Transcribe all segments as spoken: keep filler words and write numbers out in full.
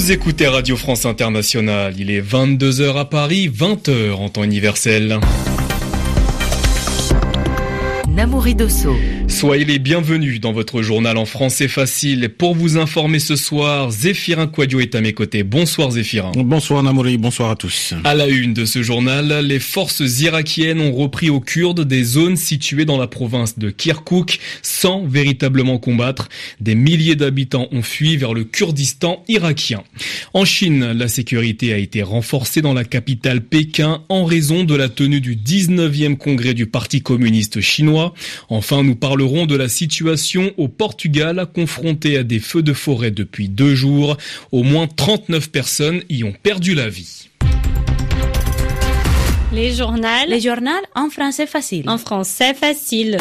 Vous écoutez Radio France Internationale, il est vingt-deux heures à Paris, vingt heures en temps universel. Namouri Dosso. Soyez les bienvenus dans votre journal en français facile. Pour vous informer ce soir, Zéphirin Quadio est à mes côtés. Bonsoir Zéphirin. Bonsoir Namouri, bonsoir à tous. À la une de ce journal, les forces irakiennes ont repris aux Kurdes des zones situées dans la province de Kirkouk sans véritablement combattre. Des milliers d'habitants ont fui vers le Kurdistan irakien. En Chine, la sécurité a été renforcée dans la capitale Pékin en raison de la tenue du dix-neuvième congrès du Parti communiste chinois. Enfin, nous parlerons de la situation au Portugal, confronté à des feux de forêt depuis deux jours. Au moins trente-neuf personnes y ont perdu la vie. Les journaux. Les journaux en français facile. En français facile.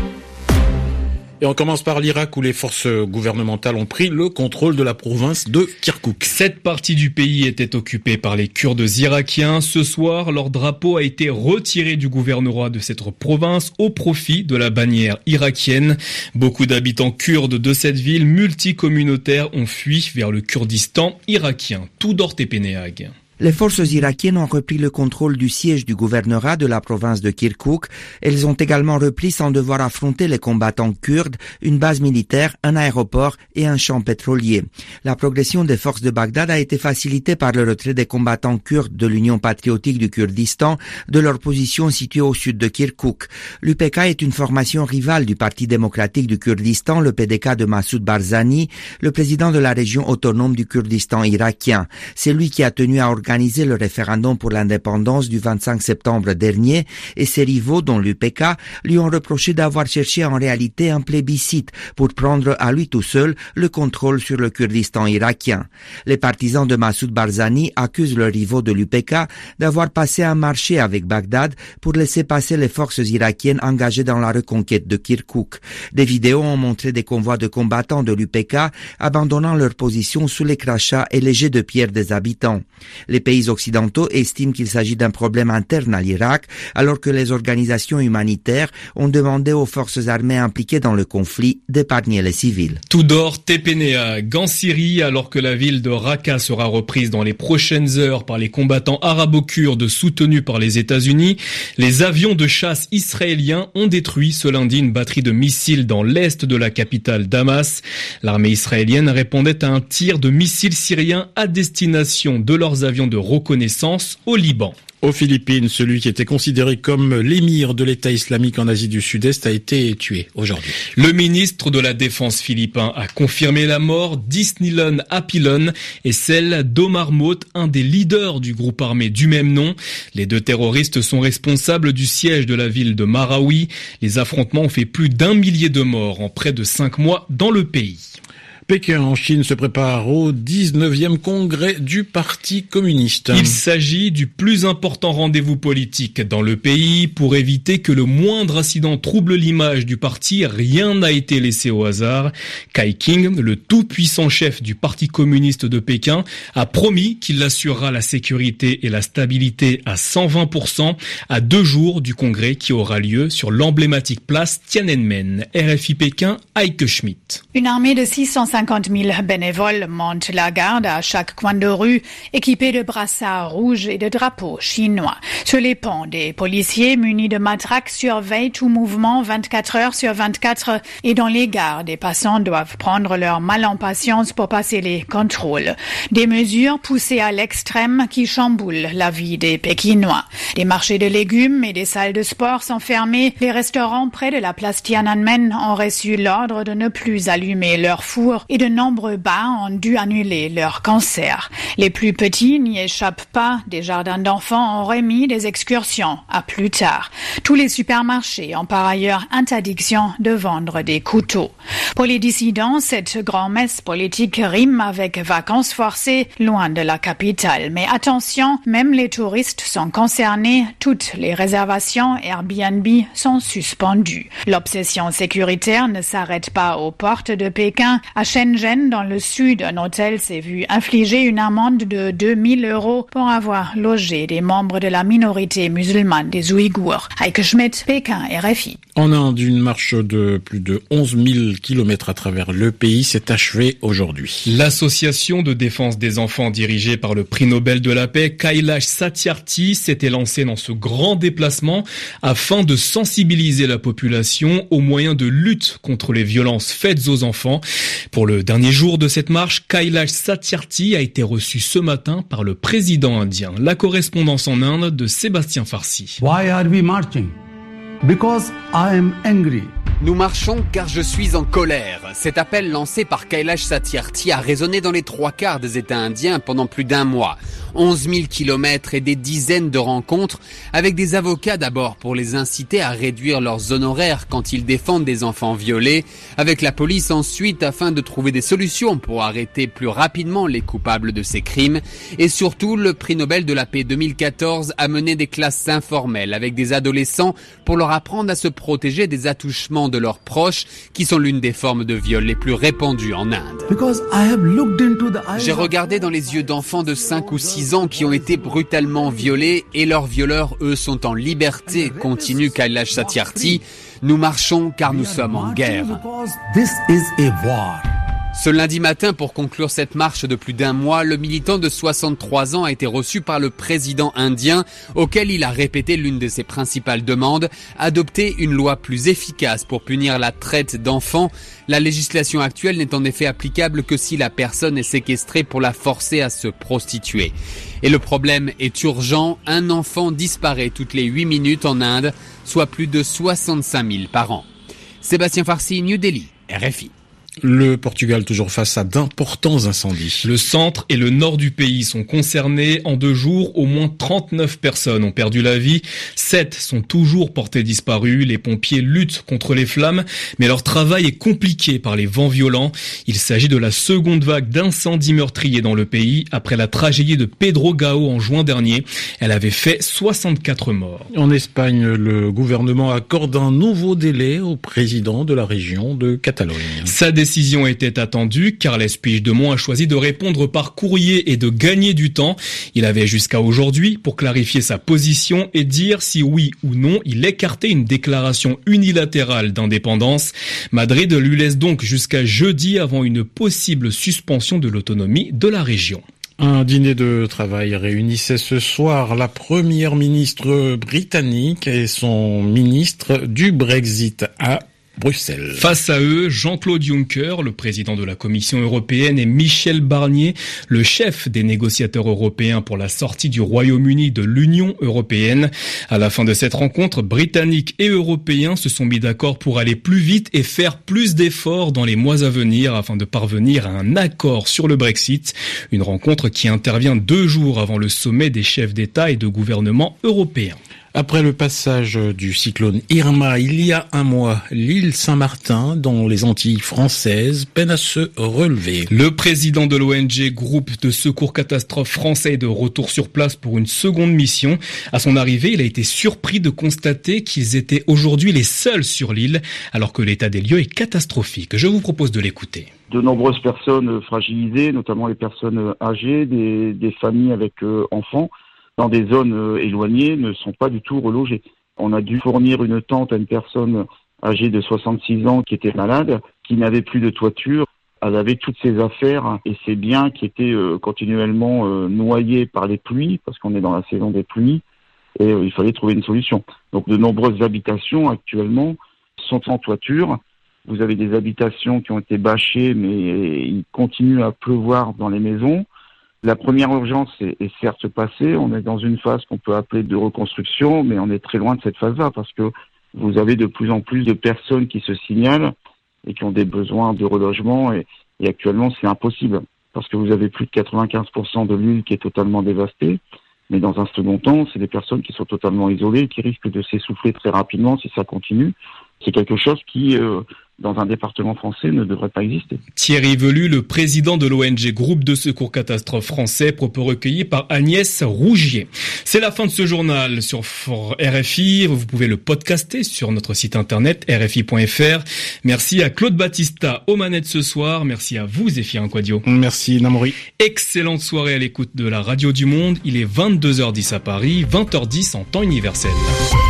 Et on commence par l'Irak où les forces gouvernementales ont pris le contrôle de la province de Kirkouk. Cette partie du pays était occupée par les Kurdes irakiens. Ce soir, leur drapeau a été retiré du gouvernorat de cette province au profit de la bannière irakienne. Beaucoup d'habitants kurdes de cette ville multicommunautaire ont fui vers le Kurdistan irakien. Tudor Tepeneag. Les forces irakiennes ont repris le contrôle du siège du gouvernorat de la province de Kirkouk. Elles ont également repris sans devoir affronter les combattants kurdes, une base militaire, un aéroport et un champ pétrolier. La progression des forces de Bagdad a été facilitée par le retrait des combattants kurdes de l'Union patriotique du Kurdistan de leur position située au sud de Kirkouk. L'U P K est une formation rivale du Parti démocratique du Kurdistan, le P D K de Massoud Barzani, le président de la région autonome du Kurdistan irakien. C'est lui qui a tenu à organiser organisé le référendum pour l'indépendance du vingt-cinq septembre dernier et ses rivaux, dont l'U P K, lui ont reproché d'avoir cherché en réalité un plébiscite pour prendre à lui tout seul le contrôle sur le Kurdistan irakien. Les partisans de Massoud Barzani accusent leurs rivaux de l'U P K d'avoir passé un marché avec Bagdad pour laisser passer les forces irakiennes engagées dans la reconquête de Kirkouk. Des vidéos ont montré des convois de combattants de l'U P K abandonnant leur position sous les crachats et les jets de pierre des habitants. Les pays occidentaux estiment qu'il s'agit d'un problème interne à l'Irak, alors que les organisations humanitaires ont demandé aux forces armées impliquées dans le conflit d'épargner les civils. Tudor Tepeneag en Syrie, alors que la ville de Raqqa sera reprise dans les prochaines heures par les combattants arabo-kurdes soutenus par les États-Unis, les avions de chasse israéliens ont détruit ce lundi une batterie de missiles dans l'est de la capitale Damas. L'armée israélienne répondait à un tir de missiles syriens à destination de leurs avions de reconnaissance au Liban. Aux Philippines, celui qui était considéré comme l'émir de l'État islamique en Asie du Sud-Est a été tué aujourd'hui. Le ministre de la Défense philippin a confirmé la mort d'Isnilon Apilon et celle d'Omar Mot, un des leaders du groupe armé du même nom. Les deux terroristes sont responsables du siège de la ville de Marawi. Les affrontements ont fait plus d'un millier de morts en près de cinq mois dans le pays. Pékin en Chine se prépare au dix-neuvième congrès du Parti communiste. Il s'agit du plus important rendez-vous politique dans le pays. Pour éviter que le moindre incident trouble l'image du parti, rien n'a été laissé au hasard. Kai King, le tout-puissant chef du Parti communiste de Pékin, a promis qu'il assurera la sécurité et la stabilité à cent vingt pour cent à deux jours du congrès qui aura lieu sur l'emblématique place Tiananmen. R F I Pékin, Heike Schmidt. Une armée de six cent cinquante mille bénévoles montent la garde à chaque coin de rue, équipés de brassards rouges et de drapeaux chinois. Sur les ponts, des policiers munis de matraques surveillent tout mouvement vingt-quatre heures sur vingt-quatre et dans les gares, des passants doivent prendre leur mal en patience pour passer les contrôles. Des mesures poussées à l'extrême qui chamboulent la vie des Pékinois. Des marchés de légumes et des salles de sport sont fermés. Les restaurants près de la place Tiananmen ont reçu l'ordre de ne plus allumer leurs fours et de nombreux bars ont dû annuler leur concert. Les plus petits n'y échappent pas. Des jardins d'enfants ont remis des excursions à plus tard. Tous les supermarchés ont par ailleurs interdiction de vendre des couteaux. Pour les dissidents, cette grand-messe politique rime avec vacances forcées loin de la capitale. Mais attention, même les touristes sont concernés. Toutes les réservations Airbnb sont suspendues. L'obsession sécuritaire ne s'arrête pas aux portes de Pékin. À Shenzhen, dans le sud, un hôtel s'est vu infliger une amende de deux mille euros pour avoir logé des membres de la minorité musulmane des Ouïghours. Heike Schmidt, Pékin, R F I. En Inde, une marche de plus de onze mille kilomètres à travers le pays s'est achevée aujourd'hui. L'association de défense des enfants dirigée par le prix Nobel de la paix Kailash Satyarthi s'était lancée dans ce grand déplacement afin de sensibiliser la population aux moyens de lutte contre les violences faites aux enfants. Pour le dernier jour de cette marche, Kailash Satyarthi a été reçu ce matin par le président indien. La correspondance en Inde de Sébastien Farsi. Why are we marching? Because I am angry. Nous marchons car je suis en colère. Cet appel lancé par Kailash Satyarthi a résonné dans les trois quarts des États indiens pendant plus d'un mois. onze mille kilomètres et des dizaines de rencontres avec des avocats d'abord pour les inciter à réduire leurs honoraires quand ils défendent des enfants violés, avec la police ensuite afin de trouver des solutions pour arrêter plus rapidement les coupables de ces crimes. Et surtout, le prix Nobel de la paix deux mille quatorze a mené des classes informelles avec des adolescents pour leur apprendre à se protéger des attouchements de leurs proches, qui sont l'une des formes de viol les plus répandues en Inde. J'ai regardé dans les yeux d'enfants de cinq ou six ans qui ont été brutalement violés et leurs violeurs, eux, sont en liberté, continue Kailash Satyarthi. Nous marchons car nous sommes en guerre. Ce lundi matin, pour conclure cette marche de plus d'un mois, le militant de soixante-trois ans a été reçu par le président indien, auquel il a répété l'une de ses principales demandes, adopter une loi plus efficace pour punir la traite d'enfants. La législation actuelle n'est en effet applicable que si la personne est séquestrée pour la forcer à se prostituer. Et le problème est urgent, un enfant disparaît toutes les huit minutes en Inde, soit plus de soixante-cinq mille par an. Sébastien Farsi, New Delhi, R F I. Le Portugal toujours face à d'importants incendies. Le centre et le nord du pays sont concernés. En deux jours, au moins trente-neuf personnes ont perdu la vie. sept sont toujours portées disparues. Les pompiers luttent contre les flammes, mais leur travail est compliqué par les vents violents. Il s'agit de la seconde vague d'incendies meurtriers dans le pays après la tragédie de Pedro Gao en juin dernier. Elle avait fait soixante-quatre morts. En Espagne, le gouvernement accorde un nouveau délai au président de la région de Catalogne. Sa décision était attendue. Carles Puigdemont a choisi de répondre par courrier et de gagner du temps. Il avait jusqu'à aujourd'hui pour clarifier sa position et dire si oui ou non il écartait une déclaration unilatérale d'indépendance. Madrid lui laisse donc jusqu'à jeudi avant une possible suspension de l'autonomie de la région. Un dîner de travail réunissait ce soir la première ministre britannique et son ministre du Brexit à Bruxelles. Face à eux, Jean-Claude Juncker, le président de la Commission européenne, et Michel Barnier, le chef des négociateurs européens pour la sortie du Royaume-Uni de l'Union européenne. À la fin de cette rencontre, Britanniques et Européens se sont mis d'accord pour aller plus vite et faire plus d'efforts dans les mois à venir afin de parvenir à un accord sur le Brexit. Une rencontre qui intervient deux jours avant le sommet des chefs d'État et de gouvernement européens. Après le passage du cyclone Irma il y a un mois, l'île Saint-Martin, dans les Antilles françaises, peine à se relever. Le président de l'O N G, groupe de secours catastrophe français, est de retour sur place pour une seconde mission. À son arrivée, il a été surpris de constater qu'ils étaient aujourd'hui les seuls sur l'île, alors que l'état des lieux est catastrophique. Je vous propose de l'écouter. De nombreuses personnes fragilisées, notamment les personnes âgées, des, des familles avec euh, enfants, dans des zones éloignées, ne sont pas du tout relogés. On a dû fournir une tente à une personne âgée de soixante-six ans qui était malade, qui n'avait plus de toiture. Elle avait toutes ses affaires et ses biens qui étaient euh, continuellement euh, noyés par les pluies, parce qu'on est dans la saison des pluies, et euh, il fallait trouver une solution. Donc de nombreuses habitations actuellement sont sans toiture. Vous avez des habitations qui ont été bâchées, mais il continue à pleuvoir dans les maisons. La première urgence est, est certes passée, on est dans une phase qu'on peut appeler de reconstruction, mais on est très loin de cette phase-là parce que vous avez de plus en plus de personnes qui se signalent et qui ont des besoins de relogement et, et actuellement c'est impossible parce que vous avez plus de quatre-vingt-quinze pour cent de l'île qui est totalement dévastée, mais dans un second temps, c'est des personnes qui sont totalement isolées et qui risquent de s'essouffler très rapidement si ça continue. C'est quelque chose qui euh, dans un département français ne devrait pas exister. Thierry Velu, le président de l'O N G Groupe de Secours Catastrophe français, propos recueillis par Agnès Rougier. C'est la fin de ce journal sur R F I. Vous pouvez le podcaster sur notre site internet r f i point f r. Merci à Claude Battista aux manettes ce soir. Merci à vous, Zéphirin Quadio. Merci, Namori. Excellente soirée à l'écoute de la Radio du Monde. Il est vingt-deux heures dix à Paris, vingt heures dix en temps universel.